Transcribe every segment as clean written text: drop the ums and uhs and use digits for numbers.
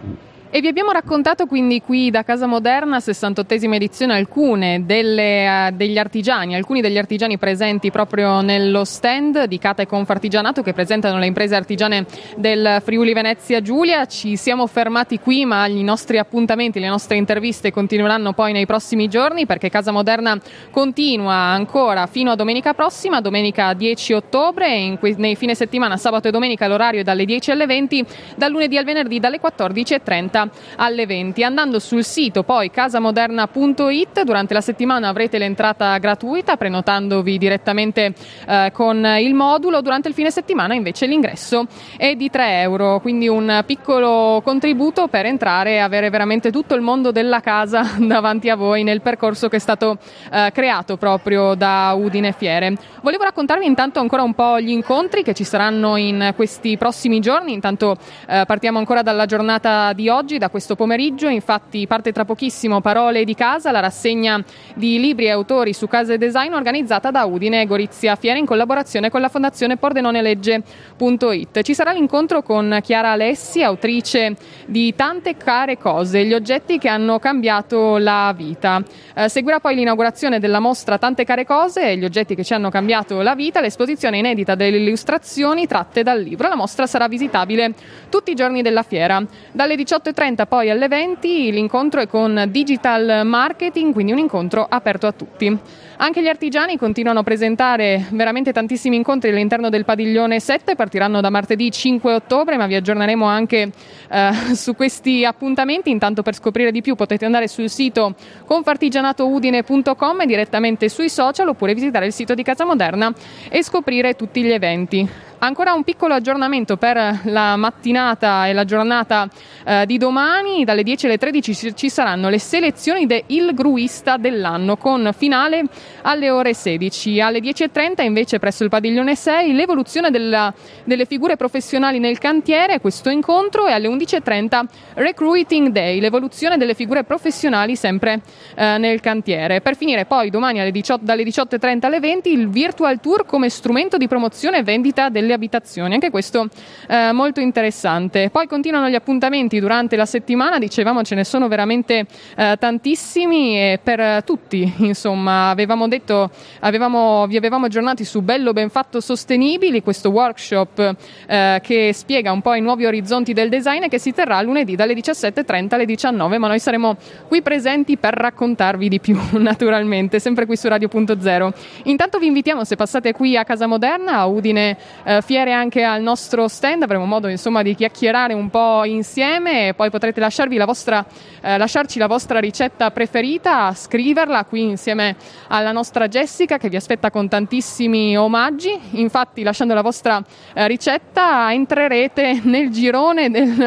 E vi abbiamo raccontato quindi qui da Casa Moderna, 68esima edizione, alcuni degli artigiani presenti proprio nello stand di Cata e Confartigianato che presentano le imprese artigiane del Friuli Venezia Giulia. Ci siamo fermati qui, ma i nostri appuntamenti, le nostre interviste continueranno poi nei prossimi giorni, perché Casa Moderna continua ancora fino a domenica prossima, domenica 10 ottobre, e nei fine settimana, sabato e domenica, l'orario è dalle 10 alle 20, dal lunedì al venerdì dalle 14:30 alle 20. Andando sul sito poi casamoderna.it, durante la settimana avrete l'entrata gratuita prenotandovi direttamente con il modulo. Durante il fine settimana invece l'ingresso è di €3, quindi un piccolo contributo per entrare e avere veramente tutto il mondo della casa davanti a voi nel percorso che è stato creato proprio da Udine Fiere. Volevo raccontarvi intanto ancora un po' gli incontri che ci saranno in questi prossimi giorni. Intanto partiamo ancora dalla giornata di oggi, da questo pomeriggio. Infatti parte tra pochissimo Parole di Casa, la rassegna di libri e autori su casa e design organizzata da Udine Gorizia Fiere in collaborazione con la Fondazione Pordenone-Legge.it. Ci sarà l'incontro con Chiara Alessi, autrice di Tante care cose, gli oggetti che hanno cambiato la vita. Seguirà poi l'inaugurazione della mostra Tante care cose, gli oggetti che ci hanno cambiato la vita, l'esposizione inedita delle illustrazioni tratte dal libro. La mostra sarà visitabile tutti i giorni della fiera. Dalle 18:30 poi alle 20 l'incontro è con Digital Marketing, quindi un incontro aperto a tutti. Anche gli artigiani continuano a presentare veramente tantissimi incontri all'interno del padiglione 7, partiranno da martedì 5 ottobre, ma vi aggiorneremo anche su questi appuntamenti. Intanto, per scoprire di più potete andare sul sito confartigianatoudine.com e direttamente sui social, oppure visitare il sito di Casa Moderna e scoprire tutti gli eventi. Ancora un piccolo aggiornamento per la mattinata e la giornata di domani. Dalle 10 alle 13 ci saranno le selezioni del Gruista dell'anno, con finale alle ore 16. Alle 10:30 invece presso il padiglione 6 l'evoluzione delle figure professionali nel cantiere, questo incontro, e alle 11:30 Recruiting Day, l'evoluzione delle figure professionali sempre nel cantiere. Per finire poi domani dalle 18:30 alle 20 il Virtual Tour come strumento di promozione e vendita delle abitazioni, anche questo molto interessante. Poi continuano gli appuntamenti durante la settimana, dicevamo ce ne sono veramente tantissimi, e per tutti, insomma. Vi avevamo aggiornati su Bello Ben Fatto Sostenibili, questo workshop che spiega un po' i nuovi orizzonti del design, e che si terrà lunedì dalle 17:30 alle 19, ma noi saremo qui presenti per raccontarvi di più, naturalmente, sempre qui su Radio.0. Intanto vi invitiamo, se passate qui a Casa Moderna, a Udine Fiere, anche al nostro stand. Avremo modo insomma di chiacchierare un po' insieme, e poi potrete lasciarci la vostra ricetta preferita, scriverla qui insieme alla nostra Jessica, che vi aspetta con tantissimi omaggi. Infatti, lasciando la vostra ricetta entrerete nel girone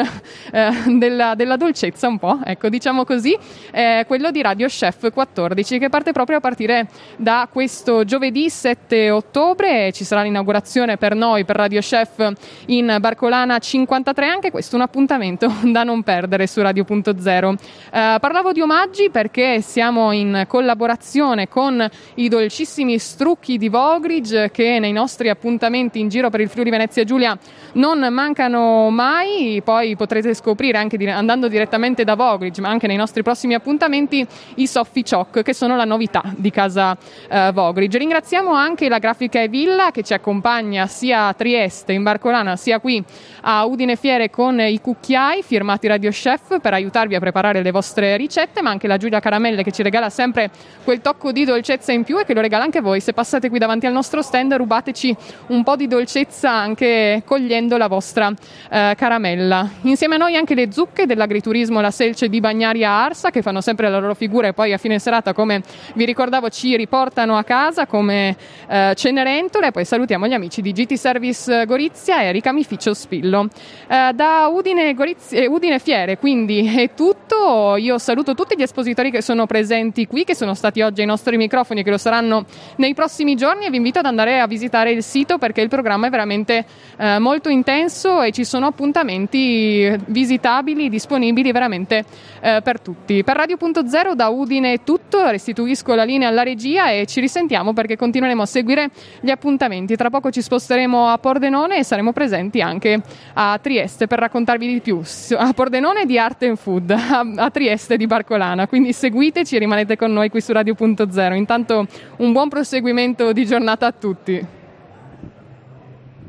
della dolcezza, un po', ecco, diciamo così, quello di Radio Chef 14, che parte proprio a partire da questo giovedì 7 ottobre. Ci sarà l'inaugurazione per noi, per Radio Chef, in Barcolana 53, anche questo un appuntamento da non perdere su Radio.0. Parlavo di omaggi perché siamo in collaborazione con i dolcissimi Strucchi di Vogridge, che nei nostri appuntamenti in giro per il Friuli Venezia Giulia non mancano mai. Poi potrete scoprire, anche andando direttamente da Vogridge, ma anche nei nostri prossimi appuntamenti, i Soffi Choc, che sono la novità di casa Vogridge. Ringraziamo anche la Grafica e Villa, che ci accompagna sia a Trieste, in Barcolana, sia qui a Udine Fiere con i cucchiai firmati Radio Chef per aiutarvi a preparare le vostre ricette, ma anche la Giulia Caramelle, che ci regala sempre quel tocco di dolcezza in più, e che lo regala anche voi. Se passate qui davanti al nostro stand, rubateci un po' di dolcezza anche cogliendo la vostra caramella. Insieme a noi anche le zucche dell'agriturismo La Selce di Bagnaria Arsa, che fanno sempre la loro figura e poi a fine serata, come vi ricordavo, ci riportano a casa come Cenerentole. Poi salutiamo gli amici di GT Service Gorizia e Ricamificio Spillo. Da Udine Fiere quindi è tutto. Io saluto tutti gli espositori che sono presenti qui, che sono stati oggi ai nostri microfoni e che lo saranno nei prossimi giorni, e vi invito ad andare a visitare il sito, perché il programma è veramente molto intenso e ci sono appuntamenti visitabili, disponibili veramente per tutti. Per Radio.0 da Udine è tutto, restituisco la linea alla regia e ci risentiamo, perché continueremo a seguire gli appuntamenti. Tra poco ci sposteremo saremo a Pordenone e saremo presenti anche a Trieste per raccontarvi di più. A Pordenone di Art and Food, a Trieste di Barcolana, quindi seguiteci e rimanete con noi qui su Radio.0. Intanto un buon proseguimento di giornata a tutti.